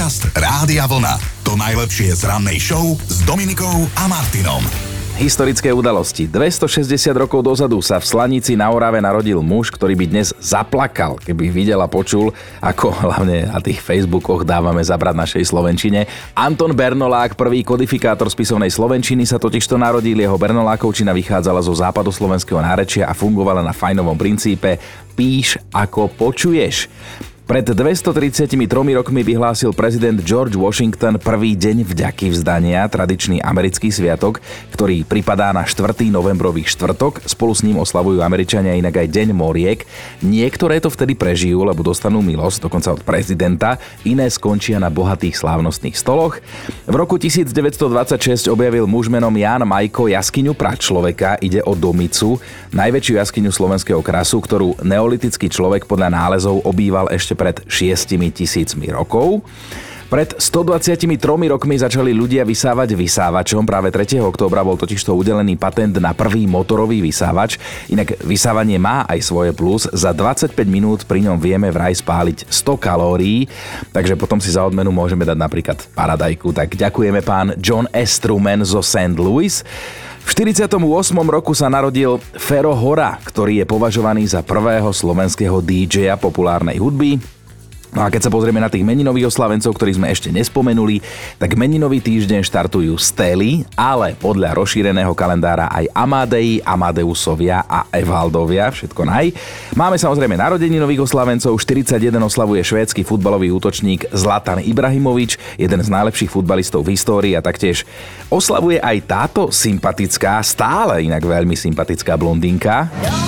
Podcast Rádia Vlna. To najlepšie z rannej show s Dominikou a Martinom. Historické udalosti. 260 rokov dozadu sa v Slanici na Orave narodil muž, ktorý by dnes zaplakal, keby videl a počul, ako hlavne na tých Facebookoch dávame zabrať našej slovenčine. Anton Bernolák, prvý kodifikátor spisovnej slovenčiny, sa totižto narodil. Jeho bernolákovčina vychádzala zo západoslovenského nárečia a fungovala na fajnovom princípe píš ako počuješ. Pred 233 rokmi vyhlásil prezident George Washington prvý deň vďaky vzdania, tradičný americký sviatok, ktorý pripadá na 4. novembrový štvrtok. Spolu s ním oslavujú Američania inak aj Deň moriek. Niektoré to vtedy prežijú, lebo dostanú milosť, dokonca od prezidenta. Iné skončia na bohatých slávnostných stoloch. V roku 1926 objavil muž menom Ján Majko jaskyňu pračloveka. Ide o Domicu, najväčšiu jaskyňu slovenského krasu, ktorú neolitický človek podľa nálezov obýval ešte pred 6 000 rokov. Pred 123 rokmi začali ľudia vysávať vysávačom. Práve 3. októbra bol totižto udelený patent na prvý motorový vysávač. Inak vysávanie má aj svoje plus. Za 25 minút pri ňom vieme vraj spáliť 100 kalórií. Takže potom si za odmenu môžeme dať napríklad paradajku. Tak ďakujeme pán John S. Truman zo St. Louis. V 48. roku sa narodil Fero Hora, ktorý je považovaný za prvého slovenského DJ-a populárnej hudby. No a keď sa pozrieme na tých meninových oslavencov, ktorých sme ešte nespomenuli, tak meninový týždeň štartujú Stely, ale podľa rozšíreného kalendára aj Amadei, Amadeusovia a Evaldovia, všetko naj. Máme samozrejme narodeninových oslavencov, 41 oslavuje švédsky futbalový útočník Zlatan Ibrahimovič, jeden z najlepších futbalistov v histórii, a taktiež oslavuje aj táto sympatická, stále inak veľmi sympatická blondínka.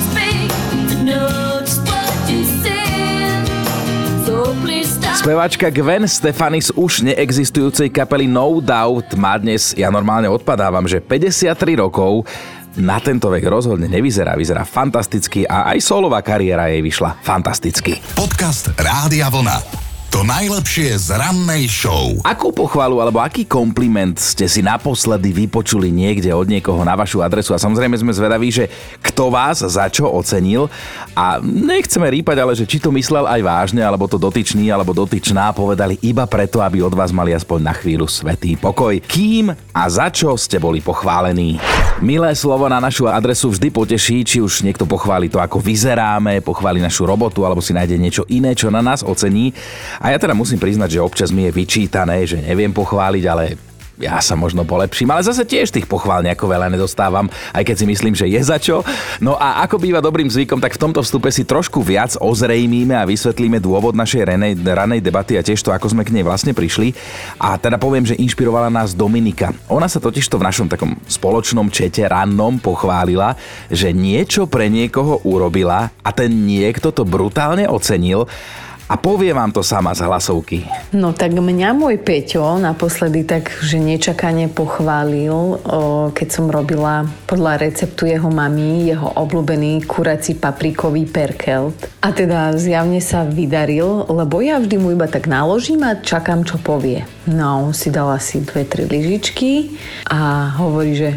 Speváčka Gwen Stefani z už neexistujúcej kapely No Doubt má dnes, ja normálne odpadávam, že 53 rokov. Na tento vek rozhodne nevyzerá, vyzerá fantasticky a aj solová kariéra jej vyšla fantasticky. Podcast Rádia Vlna. To najlepšie z rannej show. Akú pochvalu alebo aký kompliment ste si naposledy vypočuli niekde od niekoho na vašu adresu? A samozrejme sme zvedaví, že kto vás za čo ocenil. A nechceme rýpať, ale že či to myslel aj vážne, alebo to dotyčný, alebo dotyčná povedali iba preto, aby od vás mali aspoň na chvíľu svätý pokoj. Kým a za čo ste boli pochválení? Milé slovo na našu adresu vždy poteší, či už niekto pochváli to, ako vyzeráme, pochváli našu robotu, alebo si nájde niečo iné, čo na nás ocení. A ja teda musím priznať, že občas mi je vyčítané, že neviem pochváliť, ale ja sa možno polepším, ale zase tiež tých pochvál nejako veľa nedostávam, aj keď si myslím, že je za čo. No a ako býva dobrým zvykom, tak v tomto vstupe si trošku viac ozrejmíme a vysvetlíme dôvod našej ranej debaty a tiež to, ako sme k nej vlastne prišli. A teda poviem, že inšpirovala nás Dominika. Ona sa totižto v našom takom spoločnom čete rannom pochválila, že niečo pre niekoho urobila a ten niekto to brutálne ocenil. A povie vám to sama z hlasovky. No tak mňa môj Peťo naposledy tak, že nečakane pochválil, keď som robila podľa receptu jeho mami, jeho obľúbený kurací paprikový perkelt. A teda zjavne sa vydaril, lebo ja vždy mu iba tak naložím a čakám, čo povie. No, on si dal asi 2-3 lyžičky a hovorí, že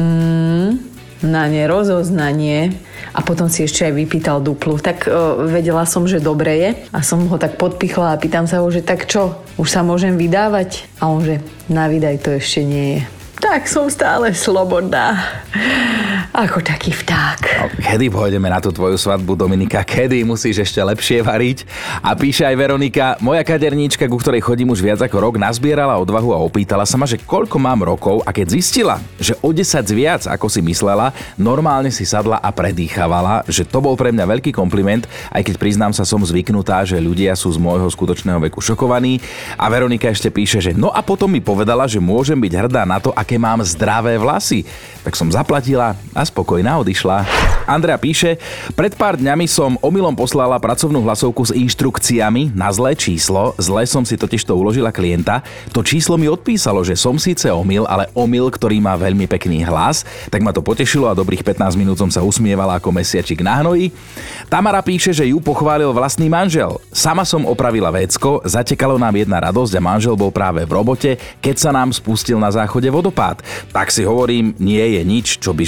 na nerozoznanie, a potom si ešte aj vypýtal duplu. Tak vedela som, že dobre je, a som ho tak podpichla a pýtam sa ho, že tak čo, už sa môžem vydávať? A on, že na vydaj to ešte nie je. Tak som stále slobodná. Ako taký vták. Kedy pôjdeme na tú tvoju svadbu, Dominika? Kedy musíš ešte lepšie variť? A píše aj Veronika, moja kaderníčka, ku ktorej chodím už viac ako rok, nazbierala odvahu a opýtala sa ma, že koľko mám rokov, a keď zistila, že o 10 viac, ako si myslela, normálne si sadla a predýchavala, že to bol pre mňa veľký kompliment, aj keď priznám sa, som zvyknutá, že ľudia sú z môjho skutočného veku šokovaní. A Veronika ešte píše, že no a potom mi povedala, že môžem byť hrdá na to, aké mám zdravé vlasy. Tak som zaplatila a spokojná odišla. Andrea píše, pred pár dňami som omylom poslala pracovnú hlasovku s inštrukciami na zlé číslo. Zle som si totižto uložila klienta. To číslo mi odpísalo, že som síce omyl, ale omyl, ktorý má veľmi pekný hlas. Tak ma to potešilo a dobrých 15 minút som sa usmievala ako mesiačik na hnoji. Tamara píše, že ju pochválil vlastný manžel. Sama som opravila vécko, zatekalo nám jedna radosť a manžel bol práve v robote, keď sa nám spustil na záchode vodopád. Tak si hovorím, nie je nič, čo by žena na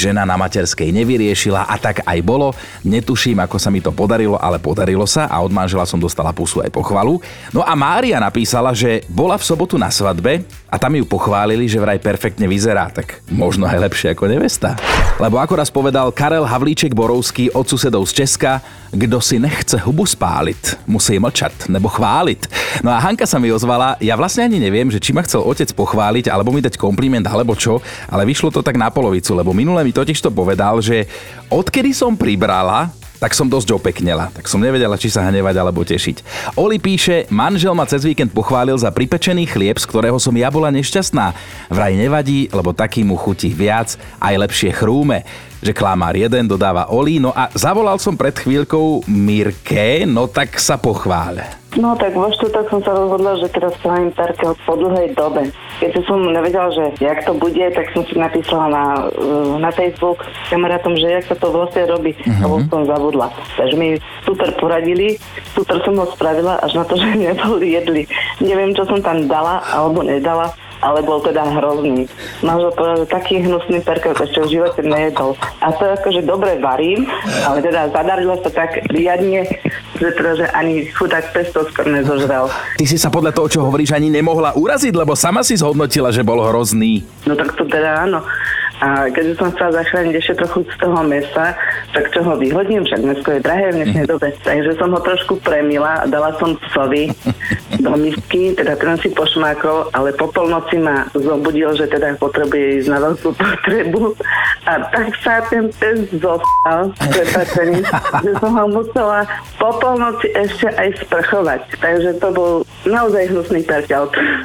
materskej nevyriešila a tak aj bolo. Netuším, ako sa mi to podarilo, ale podarilo sa a od manžela som dostala pusu aj pochvalu. No a Mária napísala, že bola v sobotu na svadbe a tam ju pochválili, že vraj perfektne vyzerá, tak možno aj lepšie ako nevesta. Lebo ako raz povedal Karel Havlíček Borovský od susedov z Česka, kdo si nechce hubu spáliť, musí mlčať nebo chváliť. No a Hanka sa mi ozvala, ja vlastne ani neviem, že či ma chcel otec pochváliť alebo mi dať kompliment alebo čo, ale vyšlo to tak na polovicu, lebo minule mi totiž to povedal, že odkedy som pribrala, tak som dosť opeknela. Tak som nevedela, či sa hnevať alebo tešiť. Oli píše, manžel ma cez víkend pochválil za pripečený chlieb, z ktorého som ja bola nešťastná. Vraj nevadí, lebo taký mu chutí viac, aj lepšie chrúme. Že klamár jeden, dodáva Oli. No a zavolal som pred chvíľkou Mirke, no tak sa pochváľ. No tak vo štvrtok som sa rozhodla, že teraz spravím perkel po dlhej dobe. Keď som nevedela, že jak to bude, tak som si napísala na Facebook s kamarátom, že jak sa to vlastne robí. Lebo som zabudla. Takže mi super poradili, super som ho spravila, až na to, že neboli jedli. Neviem, čo som tam dala alebo nedala, ale bol teda hrozný. Manžel povedal, že taký hnusný perkel ešte v živote nejedol. A to akože dobre varím, ale teda zadarilo sa tak riadne, že teda, že ani chudák pesto skoro nezožral. Ty si sa podľa toho, čo hovoríš, ani nemohla uraziť, lebo sama si zhodnotila, že bol hrozný. No tak to teda áno. A keďže som chcela zachrániť ešte trochu z toho mesa, tak čo ho vyhodím, však mesko je drahé v dnešnej dobe. Takže som ho trošku premila a dala som psovi do misky, teda ten si pošmákol, ale po polnoci ma zobudil, že teda potrebuje ísť na veľkú potrebu. A tak sa ten pes zostal, prepáčený, že som ho musela po polnoci ešte aj sprchovať. Takže to bol naozaj hnusný perkel.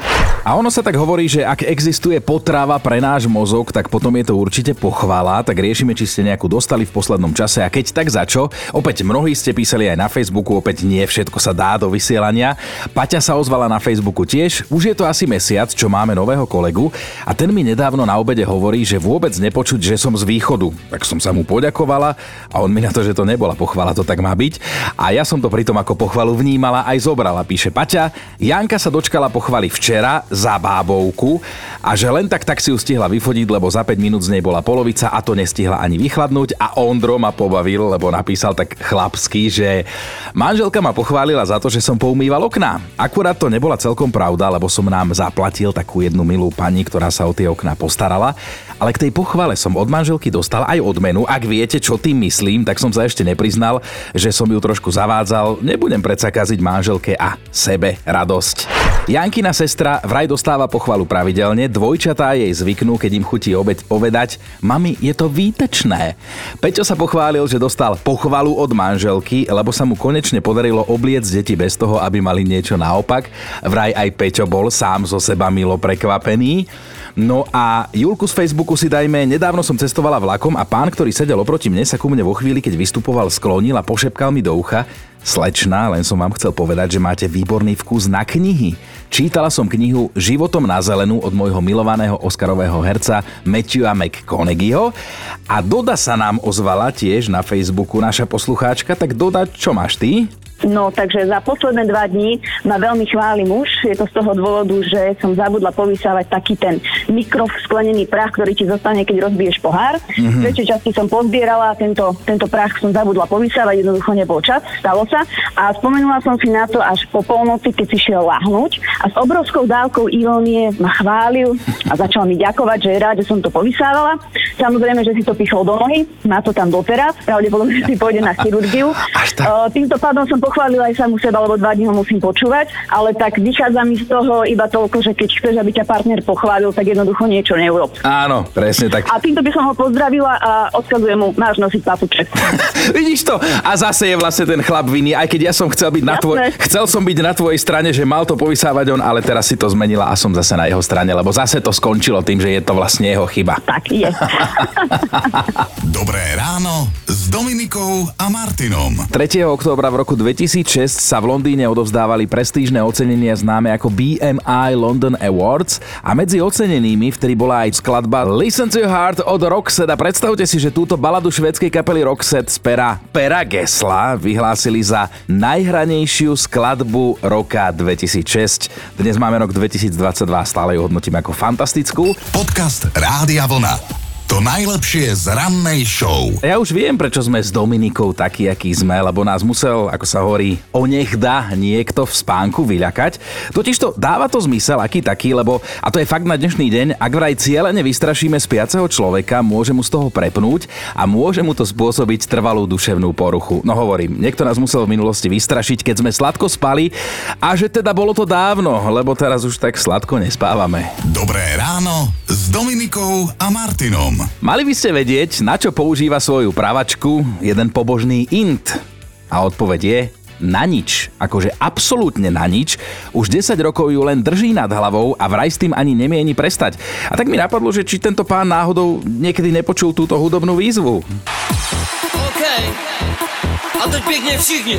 A ono sa tak hovorí, že ak existuje potrava pre náš mozog, tak potom je to určite pochvala, tak riešime, či ste nejakú dostali v poslednom čase a keď tak za čo. Opäť mnohí ste písali aj na Facebooku, opäť nie všetko sa dá do vysielania. Paťa sa ozvala na Facebooku tiež, už je to asi mesiac, čo máme nového kolegu a ten mi nedávno na obede hovorí, že vôbec nepočuť, že som z východu. Tak som sa mu poďakovala a on mi na to, že to nebola pochvala, to tak má byť. A ja som to pritom ako pochvalu vnímala aj zobrala, píše Paťa. Janka sa dočkala pochvaly včera za bábovku a že len tak si ju stihla vyfodiť, lebo za 5 minút z nej bola polovica a to nestihla ani vychladnúť a Ondro ma pobavil, lebo napísal tak chlapsky, že manželka ma pochválila za to, že som poumýval okná. Akurát to nebola celkom pravda, lebo som nám zaplatil takú jednu milú pani, ktorá sa o tie okná postarala, ale k tej pochvale som od manželky dostal aj odmenu. Ak viete, čo tým myslím, tak som sa ešte nepriznal, že som ju trošku zavádzal. Nebudem predsa kaziť manželke a sebe radosť. Jankina sestra vraj dostáva pochvalu pravidelne, dvojčatá jej zvyknú, keď im chutí obed povedať, mami, je to výtečné. Peťo sa pochválil, že dostal pochvalu od manželky, lebo sa mu konečne podarilo obliecť deti bez toho, aby mali niečo naopak. Vraj aj Peťo bol sám zo seba milo prekvapený. No a Julku z Facebooku si dajme, nedávno som cestovala vlakom a pán, ktorý sedel oproti mne, sa ku mne vo chvíli, keď vystupoval, sklonil a pošepkal mi do ucha, slečna, len som vám chcel povedať, že máte výborný vkus na knihy. Čítala som knihu Životom na zelenú od môjho milovaného oscarového herca Matthewa McConaugheyho a Doda sa nám ozvala tiež na Facebooku, naša poslucháčka, tak Doda, čo máš ty? No, takže za posledné 2 dní ma veľmi chváli muž. Je to z toho dôvodu, že som zabudla povysávať taký ten mikrosklenený prach, ktorý ti zostane, keď rozbiješ pohár. Väčšie časti som pozbierala, tento prach som zabudla povysávať, jednoducho nebol čas, stalo sa. A spomenula som si na to až po polnoci, keď si šiel lahnúť a s obrovskou dávkou irónie ma chválil a začal mi ďakovať, že je rád, že som to povysávala. Samozrejme, že si to pichol do nohy, má to tam doteraz, pravdepodobne si pôjde na chirurgiu. Týmto pádom som pochválila aj samu seba, lebo 2 dní ho musím počúvať, ale tak vychádza mi z toho iba toľko, že keď chceš, aby ťa partner pochválil, tak jednoducho niečo neurob. Áno, presne tak. A týmto by som ho pozdravila a odkazujem mu, máš nosiť papuče. Vidíš to? A zase je vlastne ten chlap vinný, aj keď ja som chcel som byť na tvojej strane, že mal to povysávať on, ale teraz si to zmenila a som zase na jeho strane, lebo zase to skončilo tým, že je to vlastne jeho chyba. Tak je. Dobré ráno s Dominikou a Martinom. 3. októbra v roku 2006 sa v Londýne odovzdávali prestížne ocenenia známe ako BMI London Awards a medzi ocenenými vtedy bola aj skladba Listen to Your Heart od Roxette a predstavte si, že túto baladu švédskej kapely Roxette z pera Gessla vyhlásili za najhranejšiu skladbu roka 2006. Dnes máme rok 2022 a stále ju hodnotím ako fantastickú. Podcast Rádia Vlna. To najlepšie z rannej show. Ja už viem, prečo sme s Dominikou takí, akí sme, lebo nás musel, ako sa hovorí, onehda niekto v spánku vyľakať. Totižto dáva to zmysel, aký taký, lebo, a to je fakt na dnešný deň, ak vraj cielene vystrašíme spiaceho človeka, môže mu z toho prepnúť a môže mu to spôsobiť trvalú duševnú poruchu. No hovorím, niekto nás musel v minulosti vystrašiť, keď sme sladko spali a že teda bolo to dávno, lebo teraz už tak sladko nespávame. Dobré ráno s Dominikou a Martinom. Mali by ste vedieť, na čo používa svoju pravačku jeden pobožný Int. A odpoveď je na nič. Akože absolútne na nič. Už 10 rokov ju len drží nad hlavou a vraj s tým ani nemieni prestať. A tak mi napadlo, že či tento pán náhodou niekedy nepočul túto hudobnú výzvu. OK. A teď pekne všichni.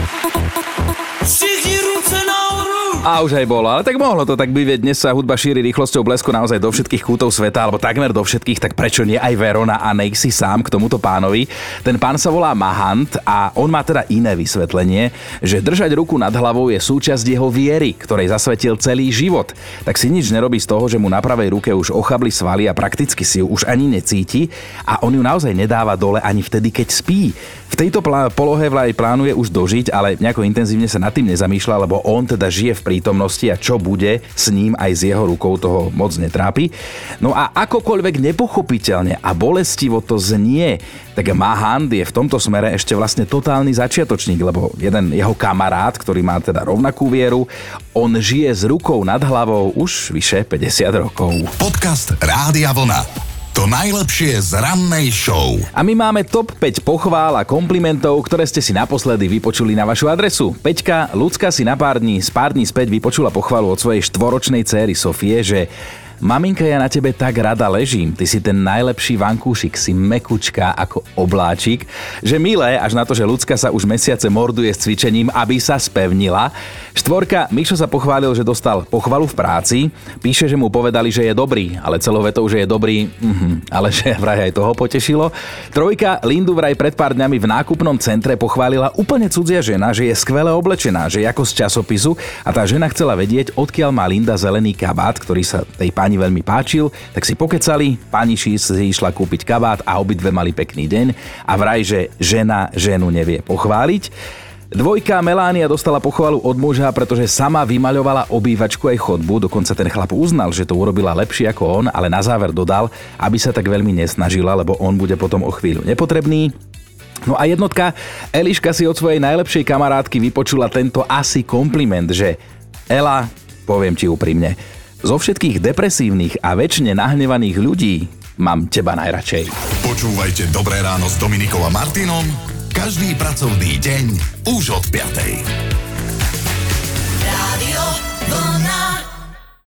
Všichni ruce nahoru. A už aj bolo, ale tak mohlo to tak byť, dnes sa hudba šíri rýchlosťou blesku naozaj do všetkých kútov sveta, alebo takmer do všetkých, tak prečo nie aj Verona a Nexy sám k tomuto pánovi. Ten pán sa volá Mahant a on má teda iné vysvetlenie, že držať ruku nad hlavou je súčasť jeho viery, ktorej zasvetil celý život. Tak si nič nerobí z toho, že mu na pravej ruke už ochabli svaly a prakticky si ju už ani necíti a on ju naozaj nedáva dole ani vtedy, keď spí. V tejto polohe vraj plánuje už dožiť, ale nejako intenzívne sa nad tým nezamýšľa, lebo on teda žije v prítomnosti a čo bude s ním aj s jeho rukou, toho moc netrápi. No a akokoľvek nepochopiteľne a bolestivo to znie, tak Mahant je v tomto smere ešte vlastne totálny začiatočník, lebo jeden jeho kamarát, ktorý má teda rovnakú vieru, on žije s rukou nad hlavou už vyše 50 rokov. Podcast Rádia Vlna. To najlepšie z rannej show. A my máme top 5 pochvál a komplimentov, ktoré ste si naposledy vypočuli na vašu adresu. Peťka, Ľudská si z pár dní späť vypočula pochvalu od svojej 4-ročnej céry Sofie, že maminka, ja na tebe tak rada ležím, ty si ten najlepší vankúšik, si mekučka ako obláčik, že milé, až na to, že Ľudská sa už mesiace morduje s cvičením, aby sa spevnila. 4, Mišo sa pochválil, že dostal pochvalu v práci, píše, že mu povedali, že je dobrý, ale celou vetou, že je dobrý, ale že vraj aj toho potešilo. 3, Lindu vraj pred pár dňami v nákupnom centre pochválila úplne cudzia žena, že je skvele oblečená, že je ako z časopisu a tá žena chcela vedieť, odkiaľ má Linda zelený kabát, ktorý sa tej pani veľmi páčil, tak si pokecali, pani si išla kúpiť kabát a obidve mali pekný deň a vraj, že žena ženu nevie pochváliť. 2, Melánia dostala pochvalu od muža, pretože sama vymaľovala obývačku aj chodbu, dokonca ten chlap uznal, že to urobila lepšie ako on, ale na záver dodal, aby sa tak veľmi nesnažila, lebo on bude potom o chvíľu nepotrebný. No a 1, Eliška si od svojej najlepšej kamarátky vypočula tento asi kompliment, že Ela, poviem ti úprimne, zo všetkých depresívnych a večne nahnevaných ľudí mám teba najradšej. Počúvajte Dobré ráno s Dominikou a Martinom každý pracovný deň už od 5.